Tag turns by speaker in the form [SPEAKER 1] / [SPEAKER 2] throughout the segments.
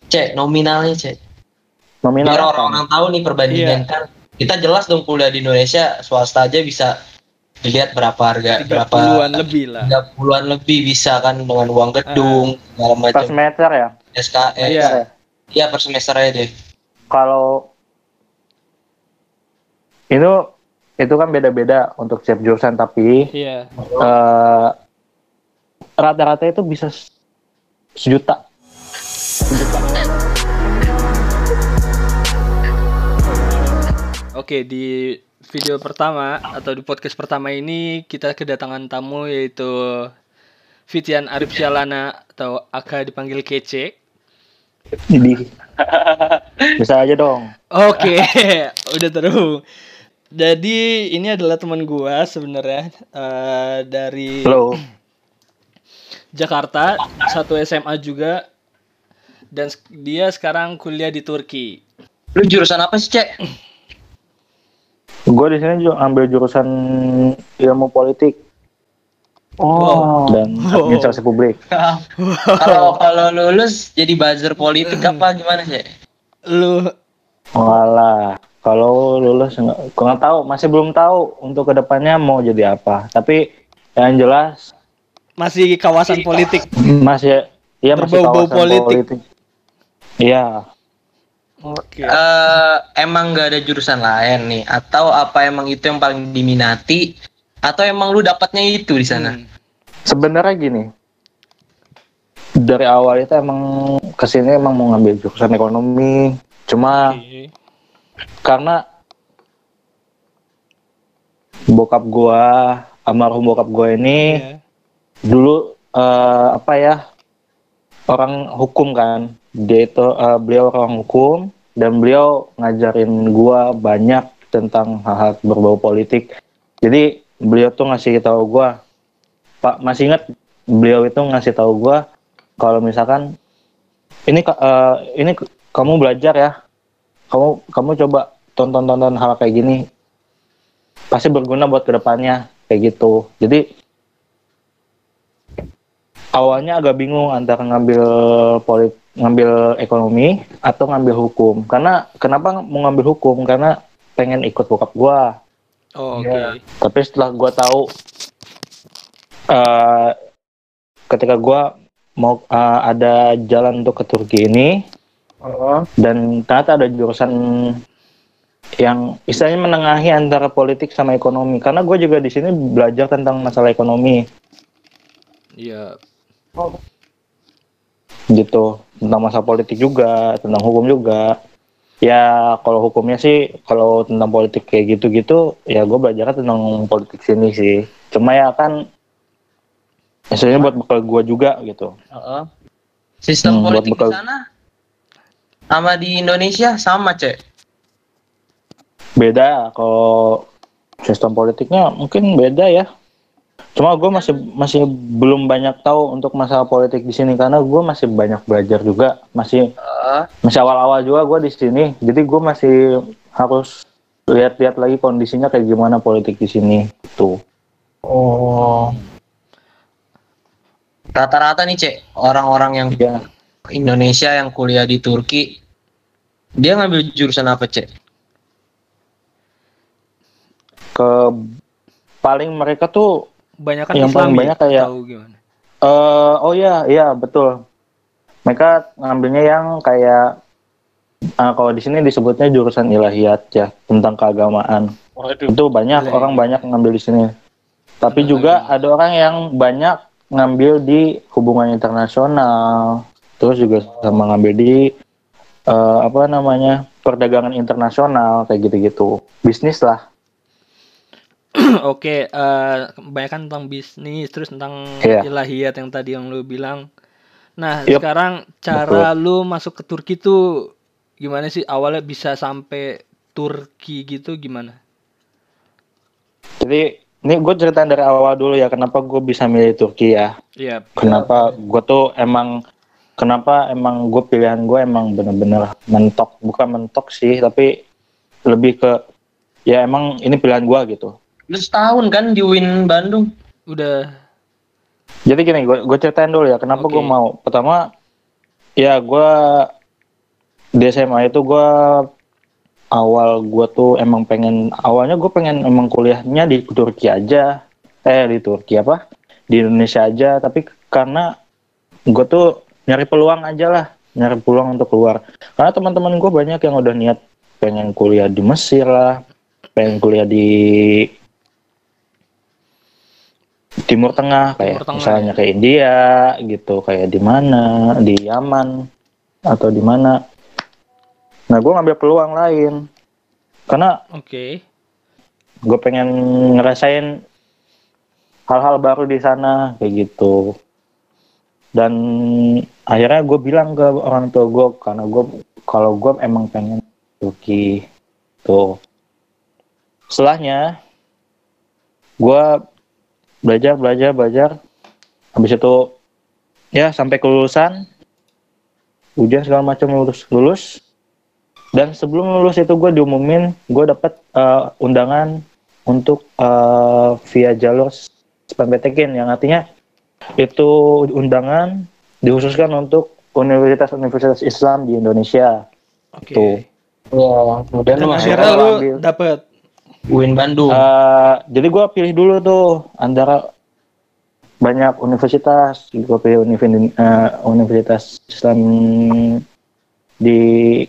[SPEAKER 1] Cek nominalnya cek.
[SPEAKER 2] Nominal
[SPEAKER 1] Biar
[SPEAKER 2] apa?
[SPEAKER 1] orang-orang tahu nih perbandingan kan. Kita jelas dong kuliah di Indonesia swasta aja bisa dilihat berapa harga,
[SPEAKER 3] 30-an lebih lah.
[SPEAKER 1] 30-an lebih bisa kan dengan uang gedung segala
[SPEAKER 2] Per
[SPEAKER 1] macam.
[SPEAKER 2] semester ya?
[SPEAKER 1] SKS.
[SPEAKER 3] Iya.
[SPEAKER 1] Iya per semester aja deh.
[SPEAKER 2] Kalau itu kan beda-beda untuk setiap jurusan, tapi
[SPEAKER 3] Iya.
[SPEAKER 2] rata-rata itu bisa sejuta.
[SPEAKER 3] Oke, di video pertama atau di podcast pertama ini kita kedatangan tamu yaitu Fitian Arif Syalana atau Aka dipanggil Kece.
[SPEAKER 2] Jadi bisa aja dong.
[SPEAKER 3] Oke, udah terhubung. Jadi ini adalah teman gua sebenarnya dari
[SPEAKER 2] Halo.
[SPEAKER 3] Jakarta, satu SMA juga, dan dia sekarang kuliah di Turki.
[SPEAKER 1] Lu jurusan apa sih, Cek?
[SPEAKER 2] Gue di sini juga ambil jurusan ilmu politik dan administrasi publik.
[SPEAKER 1] Kalau lulus jadi buzzer politik apa gimana sih?
[SPEAKER 3] Lu
[SPEAKER 2] Walah, kalau lulus nggak tahu, masih belum tahu untuk kedepannya mau jadi apa. Tapi yang jelas
[SPEAKER 3] masih kawasan politik.
[SPEAKER 2] masih
[SPEAKER 3] Berbau-bau
[SPEAKER 2] kawasan
[SPEAKER 3] politik.
[SPEAKER 2] Iya.
[SPEAKER 3] Oke.
[SPEAKER 1] Emang nggak ada jurusan lain nih? Atau apa emang itu yang paling diminati? Atau emang lu dapatnya itu di sana?
[SPEAKER 2] Sebenarnya gini, dari awal itu emang kesini emang mau ngambil jurusan ekonomi, cuma karena almarhum bokap gua ini dulu orang hukum kan. Dia itu beliau orang hukum dan beliau ngajarin gua banyak tentang hal-hal berbau politik. Jadi beliau tuh ngasih tahu gua, Pak, masih ingat beliau itu ngasih tahu gua kalau misalkan ini kamu belajar ya, kamu coba tonton hal kayak gini, pasti berguna buat kedepannya kayak gitu. Jadi awalnya agak bingung antara ngambil ekonomi atau ngambil hukum. Karena kenapa mau ngambil hukum? Karena pengen ikut bokap gua.
[SPEAKER 3] Oke.
[SPEAKER 2] Tapi setelah gua tahu ketika gua mau ada jalan untuk ke Turki ini, dan ternyata ada jurusan yang istilahnya menengahi antara politik sama ekonomi. Karena gue juga di sini belajar tentang masalah ekonomi.
[SPEAKER 3] Iya.
[SPEAKER 2] Gitu, tentang masalah politik juga, tentang hukum juga. Ya kalau hukumnya sih, kalau tentang politik kayak gitu-gitu, ya gue belajar tentang politik sini sih. Cuma ya kan, istilahnya buat bekal gue juga gitu.
[SPEAKER 1] Sistem politik
[SPEAKER 2] buat
[SPEAKER 1] di sana sama di Indonesia sama, Cek?
[SPEAKER 2] Beda, kalau sistem politiknya mungkin beda ya. Cuma gue masih belum banyak tahu untuk masalah politik di sini karena gue masih banyak belajar juga, masih awal-awal juga gue di sini. Jadi gue masih harus lihat-lihat lagi kondisinya kayak gimana politik di sini tuh.
[SPEAKER 1] Rata-rata nih, Cek, orang-orang yang Indonesia yang kuliah di Turki, dia ngambil jurusan apa, Cek?
[SPEAKER 2] Paling mereka tuh
[SPEAKER 3] Banyak kan
[SPEAKER 2] yang paling banyak kayak
[SPEAKER 3] tahu gimana?
[SPEAKER 2] Iya betul. Mereka ngambilnya yang kayak kalau di sini disebutnya jurusan ilahiyat ya, tentang keagamaan. Itu banyak orang banyak ngambil di sini. Tapi juga ada orang yang banyak ngambil di hubungan internasional, terus juga sama ngambil di perdagangan internasional kayak gitu-gitu, bisnis lah.
[SPEAKER 3] Oke, kebanyakan tentang bisnis, terus tentang ilahiyat yang tadi yang lu bilang. Nah, sekarang cara lu masuk ke Turki tuh gimana sih? Awalnya bisa sampai Turki gitu gimana?
[SPEAKER 2] Jadi, ini gue ceritain dari awal dulu ya, kenapa gue bisa milih Turki ya.
[SPEAKER 3] Iya.
[SPEAKER 2] Kenapa gue tuh emang gue pilihan gue emang bener-bener mentok. Bukan mentok sih, tapi lebih ke, ya emang ini pilihan gue gitu.
[SPEAKER 1] Lu setahun kan di UIN Bandung?
[SPEAKER 3] Udah.
[SPEAKER 2] Jadi gini, gue ceritain dulu ya kenapa gue mau. Pertama, ya gue di SMA itu gue tuh emang awalnya gue pengen emang kuliahnya di Turki aja, di Turki apa, di Indonesia aja, tapi karena gue tuh nyari peluang untuk keluar, karena teman-teman gue banyak yang udah niat pengen kuliah di Mesir lah, pengen kuliah di Timur Tengah, misalnya ke India gitu, kayak di mana, di Yaman atau di mana. Nah, gue ngambil peluang lain karena gue pengen ngerasain hal-hal baru di sana kayak gitu. Dan akhirnya gue bilang ke orang tua gue, karena kalau gue emang pengen Turki tuh. Setelahnya gue belajar, habis itu ya sampai kelulusan, ujian segala macam, lulus. Dan sebelum lulus itu gue diumumin gue dapat undangan untuk via jalur SNMPTN, yang artinya itu undangan dikhususkan untuk universitas-universitas Islam di Indonesia. Tuh.
[SPEAKER 1] Wah, kemudian lu
[SPEAKER 3] akhirnya lu dapet
[SPEAKER 1] UIN Bandung.
[SPEAKER 2] Jadi gue pilih dulu tuh antara banyak universitas. Gue pilih Universitas Islam di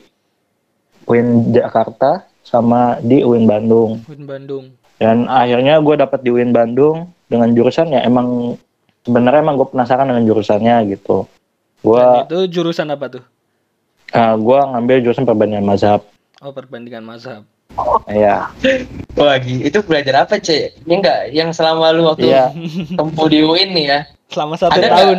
[SPEAKER 2] UIN Jakarta sama di UIN Bandung. Dan akhirnya gue dapet di UIN Bandung dengan jurusan ya sebenarnya gue penasaran dengan jurusannya gitu.
[SPEAKER 3] Dan itu jurusan apa tuh?
[SPEAKER 2] Gue ngambil jurusan perbandingan mazhab.
[SPEAKER 3] Oh, perbandingan mazhab.
[SPEAKER 2] Iya.
[SPEAKER 1] Wah, itu belajar apa, Cek? Ini enggak yang selama lu waktu tempuh di UIN nih ya?
[SPEAKER 3] Selama 1 tahun.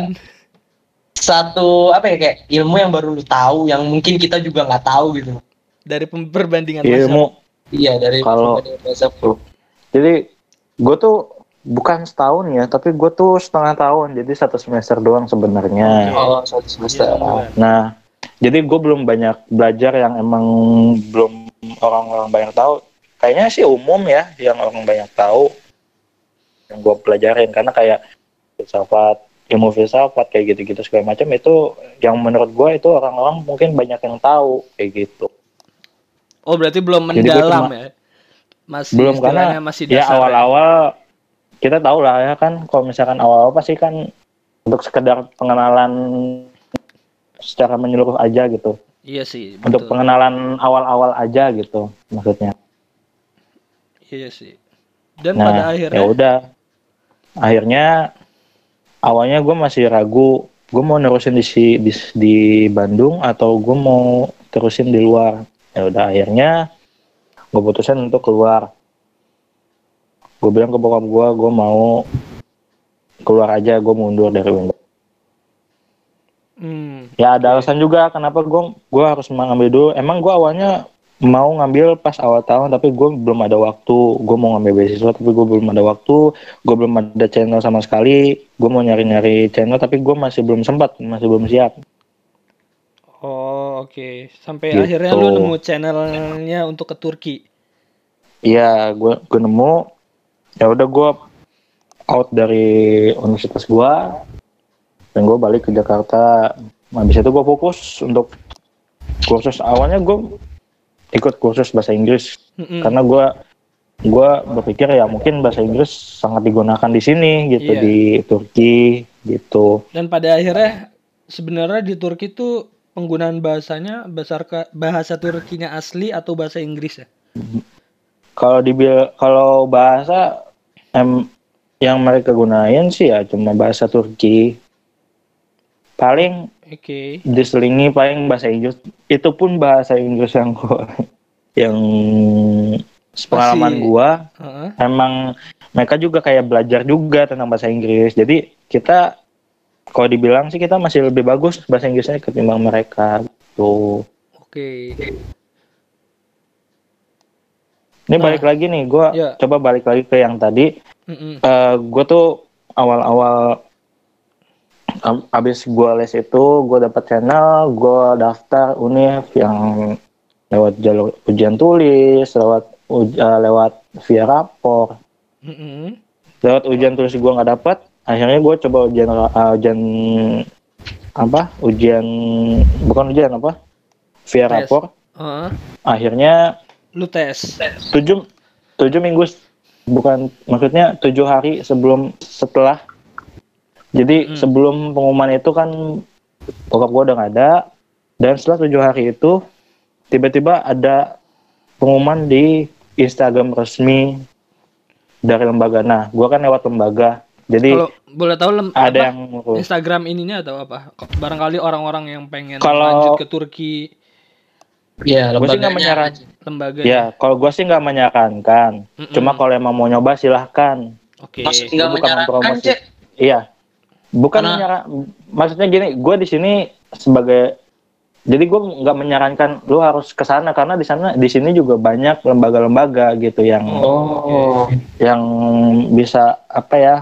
[SPEAKER 1] Satu apa ya, kayak ilmu yang baru lu tahu, yang mungkin kita juga nggak tahu gitu.
[SPEAKER 3] Dari perbandingan mazhab.
[SPEAKER 1] Iya, dari perbandingan mazhab tuh.
[SPEAKER 2] Jadi gue tuh bukan setahun ya, tapi gue tuh setengah tahun, jadi 1 semester doang sebenarnya.
[SPEAKER 1] Oh, 1 semester.
[SPEAKER 2] Nah, jadi gue belum banyak belajar yang emang belum orang-orang banyak tahu. Kayaknya sih umum ya, yang orang banyak tahu yang gue pelajarin, karena kayak ilmu filsafat kayak gitu-gitu segala macam, itu yang menurut gue itu orang-orang mungkin banyak yang tahu kayak gitu.
[SPEAKER 3] Oh, berarti belum mendalam ya?
[SPEAKER 2] Belum, karena
[SPEAKER 3] masih dasar.
[SPEAKER 2] Ya awal-awal kita tahu lah ya kan, kalau misalkan awal-awal pasti kan untuk sekedar pengenalan secara menyeluruh aja gitu.
[SPEAKER 3] Iya sih. Betul.
[SPEAKER 2] Untuk pengenalan awal-awal aja gitu maksudnya.
[SPEAKER 3] Iya sih. Dan pada akhirnya.
[SPEAKER 2] Ya udah. Akhirnya awalnya gue masih ragu, gue mau nerusin di Bandung atau gue mau terusin di luar. Ya udah, akhirnya gue putusin untuk keluar. Gue bilang ke bokap gue mau keluar aja, gue mundur dari Windows. Ya ada alasan juga kenapa gue harus mengambil dulu. Emang gue awalnya mau ngambil pas awal tahun, tapi gue belum ada waktu. Gue mau ngambil beasiswa, tapi gue belum ada waktu. Gue belum ada channel sama sekali. Gue mau nyari-nyari channel, tapi gue masih belum sempat, masih belum siap.
[SPEAKER 3] Oh, oke. Sampai gitu. Akhirnya lu nemu channelnya untuk ke Turki.
[SPEAKER 2] Iya, gue nemu. Ya udah, gue out dari universitas gue, dan gue balik ke Jakarta. Habis itu gue fokus untuk kursus. Awalnya gue ikut kursus bahasa Inggris, karena gue berpikir ya mungkin bahasa Inggris sangat digunakan di sini gitu, di Turki gitu.
[SPEAKER 3] Dan pada akhirnya sebenarnya di Turki tuh penggunaan bahasanya bahasa Turkinya asli atau bahasa Inggris ya?
[SPEAKER 2] Kalau bahasa yang mereka gunain sih ya cuma bahasa Turki. Paling diselingi paling bahasa Inggris. Itu pun bahasa Inggris yang sepengalaman gua, emang mereka juga kayak belajar juga tentang bahasa Inggris. Jadi kita, kalau dibilang sih kita masih lebih bagus bahasa Inggrisnya ketimbang mereka gitu. Ini balik lagi nih, gua coba balik lagi ke yang tadi. Gua tuh awal-awal abis gue les itu, gue dapat channel, gue daftar univ yang lewat jalur ujian tulis, lewat via rapor. Lewat ujian tulis gue nggak dapat, akhirnya gue coba via rapor. Akhirnya
[SPEAKER 3] lu tes
[SPEAKER 2] 7 minggu, bukan, maksudnya 7 hari setelah. Jadi sebelum pengumuman itu kan bokap gue udah gak ada, dan setelah 7 hari itu tiba-tiba ada pengumuman di Instagram resmi dari lembaga. Nah, gue kan lewat lembaga. Jadi
[SPEAKER 3] kalau boleh tahu
[SPEAKER 2] ada yang
[SPEAKER 3] Instagram ininya atau apa? Barangkali orang-orang yang pengen lanjut ke Turki.
[SPEAKER 1] Ya,
[SPEAKER 2] gue sih nggak menyarankan. Ya, kalau gue sih nggak menyarankan. Cuma kalau emang mau nyoba silahkan.
[SPEAKER 3] Oke.
[SPEAKER 1] Nggak menyarankan, Cek.
[SPEAKER 2] Iya. Bukan maksudnya gini, gue di sini sebagai, jadi gue nggak menyarankan lu harus ke sana, karena di sini juga banyak lembaga-lembaga gitu yang yang bisa apa ya,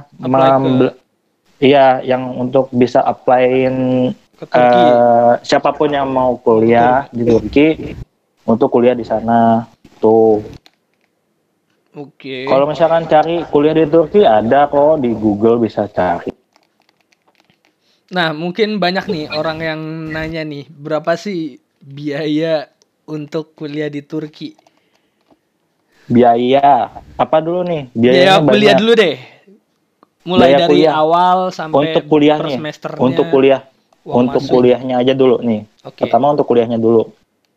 [SPEAKER 2] iya, yang untuk bisa applyin siapapun yang mau kuliah di Turki untuk kuliah di sana tuh.
[SPEAKER 3] Oke.
[SPEAKER 2] Kalau misalkan cari kuliah di Turki ada kok, di Google bisa cari.
[SPEAKER 3] Nah, mungkin banyak nih orang yang nanya nih, berapa sih biaya untuk kuliah di Turki?
[SPEAKER 2] Biaya apa dulu nih?
[SPEAKER 3] Biaya kuliah dulu deh. Mulai biaya dari awal sampai
[SPEAKER 2] untuk kuliahnya.
[SPEAKER 3] semesternya.
[SPEAKER 2] Untuk kuliah. Untuk kuliahnya aja dulu nih. Okay. Pertama untuk kuliahnya dulu.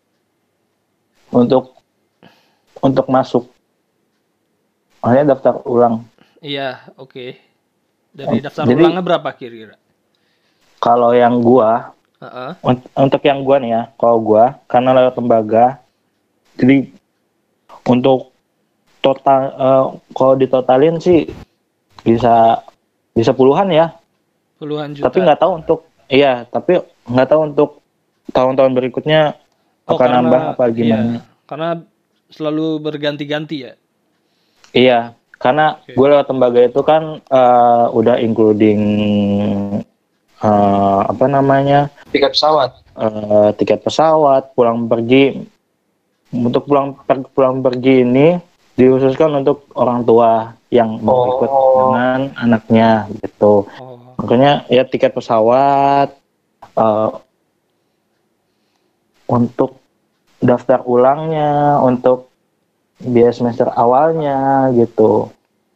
[SPEAKER 2] Untuk masuk. Makanya daftar ulang.
[SPEAKER 3] Iya, oke. Dari daftar ulangnya berapa kira-kira?
[SPEAKER 2] Kalau yang gua, untuk yang gua nih ya, kalau gua karena lewat lembaga, jadi untuk total, kalau ditotalin sih bisa puluhan ya.
[SPEAKER 3] Puluhan juta.
[SPEAKER 2] Tapi nggak tahu untuk tahun-tahun berikutnya akan nambah apa gimana.
[SPEAKER 3] Iya, karena selalu berganti-ganti ya.
[SPEAKER 2] Iya, karena gue lewat lembaga itu kan udah including tiket pesawat, pulang pergi. Untuk pulang pergi ini dikhususkan untuk orang tua yang mau ikut dengan anaknya gitu. Makanya ya tiket pesawat, untuk daftar ulangnya, untuk biaya semester awalnya gitu.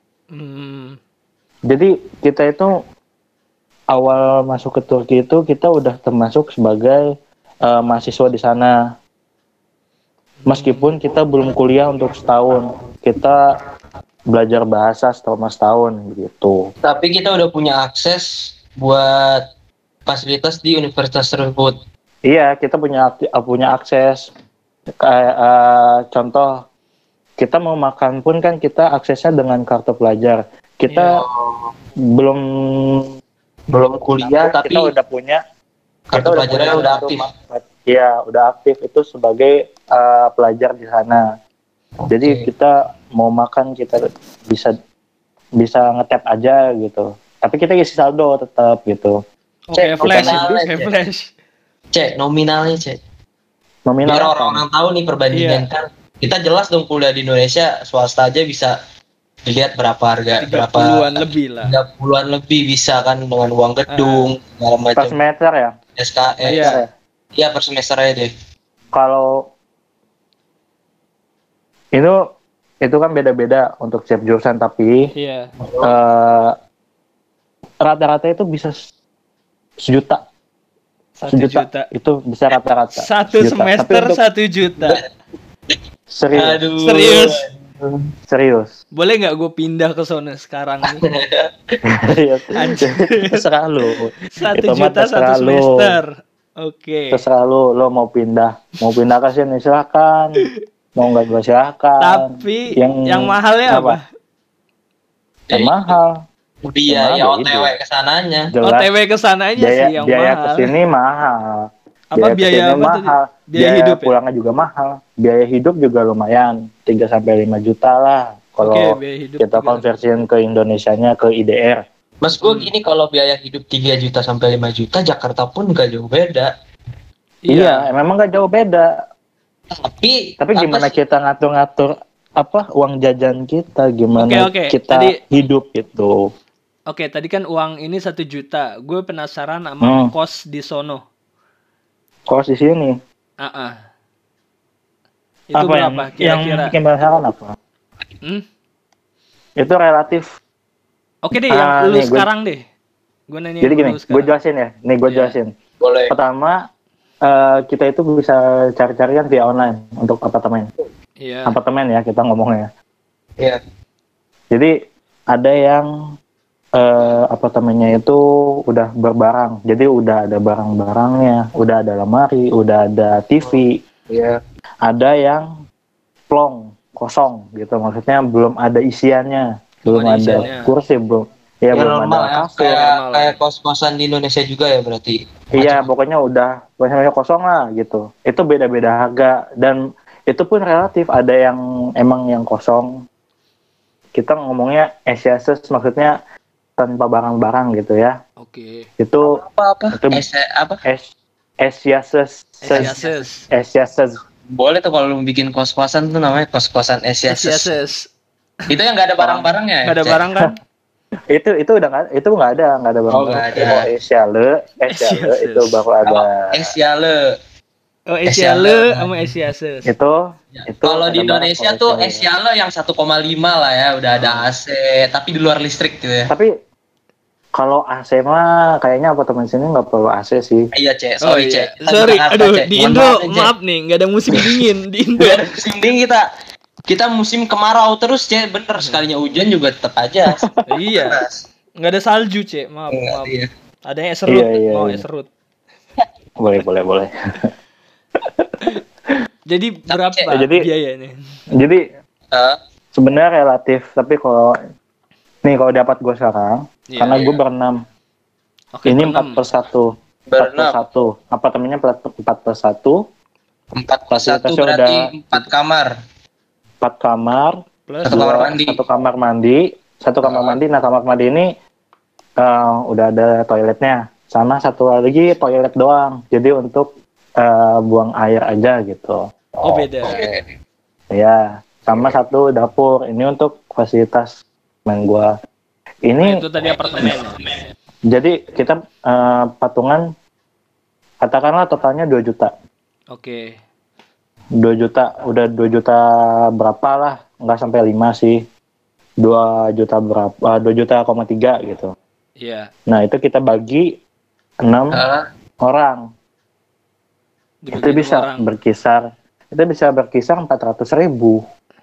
[SPEAKER 2] Jadi kita itu awal masuk ke Turki itu kita udah termasuk sebagai mahasiswa di sana. Meskipun kita belum kuliah untuk setahun, kita belajar bahasa selama setahun gitu.
[SPEAKER 1] Tapi kita udah punya akses buat fasilitas di universitas tersebut.
[SPEAKER 2] Iya, kita punya akses. Kayak contoh, kita mau makan pun kan kita aksesnya dengan kartu pelajar. Kita belum kuliah, tapi kita udah punya
[SPEAKER 1] kartu pelajarnya udah aktif.
[SPEAKER 2] Iya, udah aktif itu sebagai pelajar di sana. Jadi kita mau makan kita bisa ngetap aja gitu. Tapi kita isi saldo tetap gitu.
[SPEAKER 3] Flash.
[SPEAKER 1] Cek nominalnya, Cek.
[SPEAKER 2] Nominal.
[SPEAKER 1] Biar orang tahu nih perbandingan kan. Kita jelas dong kuliah di Indonesia swasta aja bisa dilihat berapa harga,
[SPEAKER 3] 30-an lebih lah.
[SPEAKER 1] 30-an lebih bisa kan dengan uang gedung segala macam.
[SPEAKER 2] Per semester ya?
[SPEAKER 1] SKS. Iya, per semester aja deh.
[SPEAKER 2] Kalau itu kan beda-beda untuk setiap jurusan, tapi rata-rata itu bisa 1 juta.
[SPEAKER 3] 1 juta.
[SPEAKER 2] Itu bisa rata-rata.
[SPEAKER 3] 1 semester 1 juta.
[SPEAKER 2] Serius.
[SPEAKER 3] Boleh nggak gue pindah ke sana sekarang nih?
[SPEAKER 2] Terserah lu.
[SPEAKER 3] 1 juta 1 semester. Oke.
[SPEAKER 2] Terserah lu mau pindah ke sini silakan. Mau nggak juga silakan.
[SPEAKER 3] Tapi yang mahalnya apa?
[SPEAKER 2] Yang mahal.
[SPEAKER 1] Biaya OTW kesananya.
[SPEAKER 3] OTW kesananya sih yang
[SPEAKER 2] biaya
[SPEAKER 3] mahal.
[SPEAKER 2] Kesini mahal.
[SPEAKER 3] Apa biaya apa
[SPEAKER 2] mahal. Biaya hidup pulangnya juga mahal. Biaya hidup juga lumayan, 3-5 juta lah kalau kita konversiin ke Indonesianya ke IDR.
[SPEAKER 1] Mas gue gini, kalau biaya hidup 3 juta sampai 5 juta Jakarta pun gak jauh beda.
[SPEAKER 2] Iya, memang gak jauh beda. Tapi gimana kita ngatur-ngatur uang jajan kita, gimana kita hidup itu.
[SPEAKER 3] Oke, tadi kan uang ini 1 juta. Gue penasaran sama kos di sono.
[SPEAKER 2] Kos di sini
[SPEAKER 3] Itu
[SPEAKER 2] apa
[SPEAKER 3] berapa
[SPEAKER 2] yang
[SPEAKER 3] kira-kira?
[SPEAKER 2] bikin penasaran apa? Itu relatif.
[SPEAKER 3] Oke deh, yang lu
[SPEAKER 2] nih,
[SPEAKER 3] sekarang deh. Gue nanya
[SPEAKER 2] jadi gini, gue jelasin ya. Nih gue jelasin.
[SPEAKER 1] Boleh.
[SPEAKER 2] Pertama, kita itu bisa cari-cari kan via online untuk apartemen.
[SPEAKER 3] Iya.
[SPEAKER 2] Apartemen ya kita ngomongnya.
[SPEAKER 1] Iya.
[SPEAKER 2] Jadi ada yang apartemennya itu udah berbarang. Jadi udah ada barang-barangnya, udah ada lemari, udah ada TV.
[SPEAKER 1] Iya.
[SPEAKER 2] Ada yang plong, kosong gitu. Maksudnya belum ada isiannya, belum ada kursi, belum belum
[SPEAKER 1] normal
[SPEAKER 2] ada
[SPEAKER 1] kasur. Kayak kos-kosan di Indonesia juga ya berarti.
[SPEAKER 2] Iya, pokoknya udah banyak kosong lah gitu. Itu beda-beda harga dan itu pun relatif. Ada yang emang yang kosong. Kita ngomongnya SYSS, maksudnya tanpa barang-barang gitu ya.
[SPEAKER 3] Oke.
[SPEAKER 2] Itu
[SPEAKER 1] apa?
[SPEAKER 2] Itu SYSS.
[SPEAKER 1] Boleh tuh kalau lu bikin kos-kosan tuh namanya kos-kosan SYSS. Itu yang nggak ada barang-barangnya ya?
[SPEAKER 3] Nggak ada barang kan?
[SPEAKER 2] itu udah nggak ada barang.
[SPEAKER 1] Nggak ada.
[SPEAKER 2] Esyale itu baru ada.
[SPEAKER 1] Esyale.
[SPEAKER 3] Esyale sama SYSS.
[SPEAKER 2] Itu
[SPEAKER 1] kalau di Indonesia tuh Esyale yang 1,5 lah ya, udah ada AC, tapi di luar listrik gitu ya.
[SPEAKER 2] Tapi kalau AC mah kayaknya apartemen sini nggak perlu AC sih.
[SPEAKER 1] Iya, Cek. Sorry, Cek.
[SPEAKER 3] Sorry, aduh, di Indo maaf nih, nggak ada musim dingin di Indo.
[SPEAKER 1] Nggak ada musim dingin kita musim kemarau terus, Cek. Bener, sekalinya hujan juga tetap aja.
[SPEAKER 3] Iya. Nggak ada salju, Cek. Maaf.
[SPEAKER 1] Iya.
[SPEAKER 3] Ada es serut, mau es serut.
[SPEAKER 2] Boleh.
[SPEAKER 3] Jadi berapa biayanya?
[SPEAKER 2] Jadi sebenarnya relatif, tapi kalau dapat gue sekarang, karena gue berenam.
[SPEAKER 3] Oke,
[SPEAKER 2] ini 4/1. 4/1. Apartemennya 4/1.
[SPEAKER 1] 4/1 berarti 4 kamar.
[SPEAKER 2] 4 kamar.
[SPEAKER 3] Plus
[SPEAKER 1] 1 kamar mandi.
[SPEAKER 2] 1 kamar mandi. 1 kamar mandi. Nah, kamar mandi ini udah ada toiletnya. Sama satu lagi toilet doang. Jadi untuk buang air aja gitu.
[SPEAKER 3] Oh, beda.
[SPEAKER 2] Ya, sama satu dapur. Ini untuk fasilitas main gua. Ini
[SPEAKER 3] itu tadi apartemen.
[SPEAKER 2] Jadi kita patungan katakanlah totalnya 2 juta.
[SPEAKER 3] Oke.
[SPEAKER 2] 2 juta, udah 2 juta berapa lah, nggak sampai 5 sih. 2 juta berapa? 2 juta, 3 gitu.
[SPEAKER 3] Iya.
[SPEAKER 2] Nah, itu kita bagi 6 orang. Itu bisa berkisar 400.000.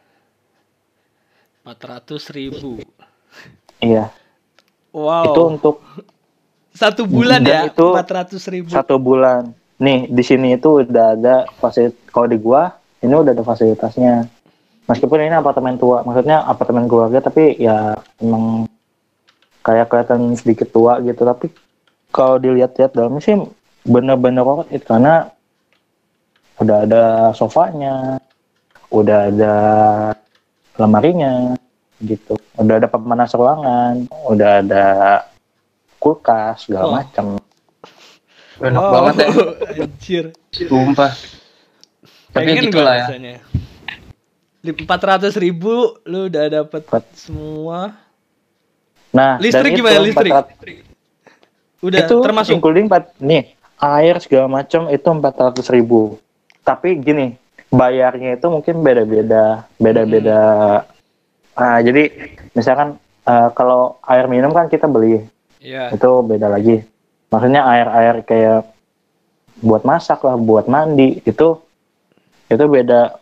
[SPEAKER 3] 400.000.
[SPEAKER 2] Iya.
[SPEAKER 3] Wow.
[SPEAKER 2] Itu untuk
[SPEAKER 3] 1 bulan ya,
[SPEAKER 2] itu
[SPEAKER 3] 400.000.
[SPEAKER 2] 1 bulan. Nih, di sini itu udah ada fasilitas. Kalau di gua, ini udah ada fasilitasnya. Meskipun ini apartemen tua, maksudnya apartemen keluarga, tapi ya emang kayak kelihatan sedikit tua gitu. Tapi kalau dilihat-lihat dalamnya sih bener-bener worth it, karena udah ada sofanya, udah ada lemarinya gitu, udah ada pemanas ruangan, udah ada kulkas segala macam.
[SPEAKER 1] Enak banget ya.
[SPEAKER 3] Anjir.
[SPEAKER 1] Sumpah. Tapi gitulah ya.
[SPEAKER 3] 400.000 lu udah dapet semua.
[SPEAKER 2] Nah,
[SPEAKER 3] listrik gimana listrik? Udah
[SPEAKER 2] itu
[SPEAKER 3] termasuk
[SPEAKER 2] including nih air segala macam itu 400.000. Tapi gini, bayarnya itu mungkin beda-beda. Jadi misalkan kalau air minum kan kita beli, itu beda lagi. Maksudnya air kayak buat masak lah, buat mandi itu beda.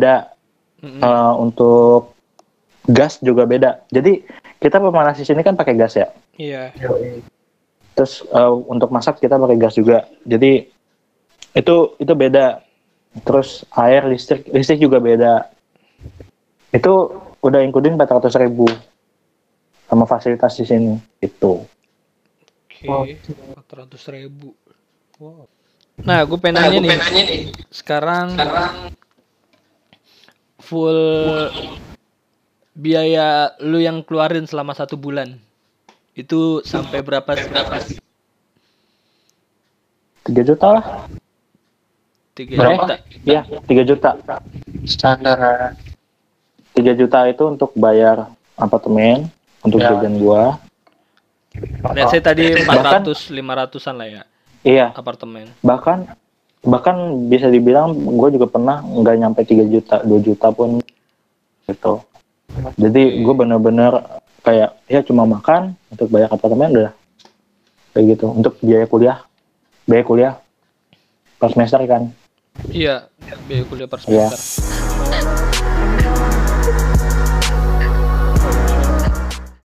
[SPEAKER 2] Untuk gas juga beda. Jadi kita pemanas di sini kan pakai gas ya.
[SPEAKER 3] Iya.
[SPEAKER 2] Terus untuk masak kita pakai gas juga. Jadi itu beda. Terus air, listrik juga beda. Itu udah including 400.000 sama fasilitas di sini itu.
[SPEAKER 3] Oke, 400.000. Wow. Nah, gue pengen nanya nih. Sekarang full biaya lu yang keluarin selama 1 bulan itu sampai berapa?
[SPEAKER 2] 3 juta lah.
[SPEAKER 3] 3 juta?
[SPEAKER 2] Iya, 3 juta.
[SPEAKER 1] Standar.
[SPEAKER 2] 3 juta itu untuk bayar apartemen, untuk jajan gua.
[SPEAKER 3] Let's say tadi 400-500an lah ya.
[SPEAKER 2] Iya.
[SPEAKER 3] Apartemen.
[SPEAKER 2] Bahkan bahkan bisa dibilang gue juga pernah nggak nyampe 3 juta 2 juta pun gitu. Jadi gue bener-bener kayak ya cuma makan untuk bayar apartemen udah kayak gitu, untuk biaya kuliah per semester kan.
[SPEAKER 3] Iya, biaya kuliah per semester.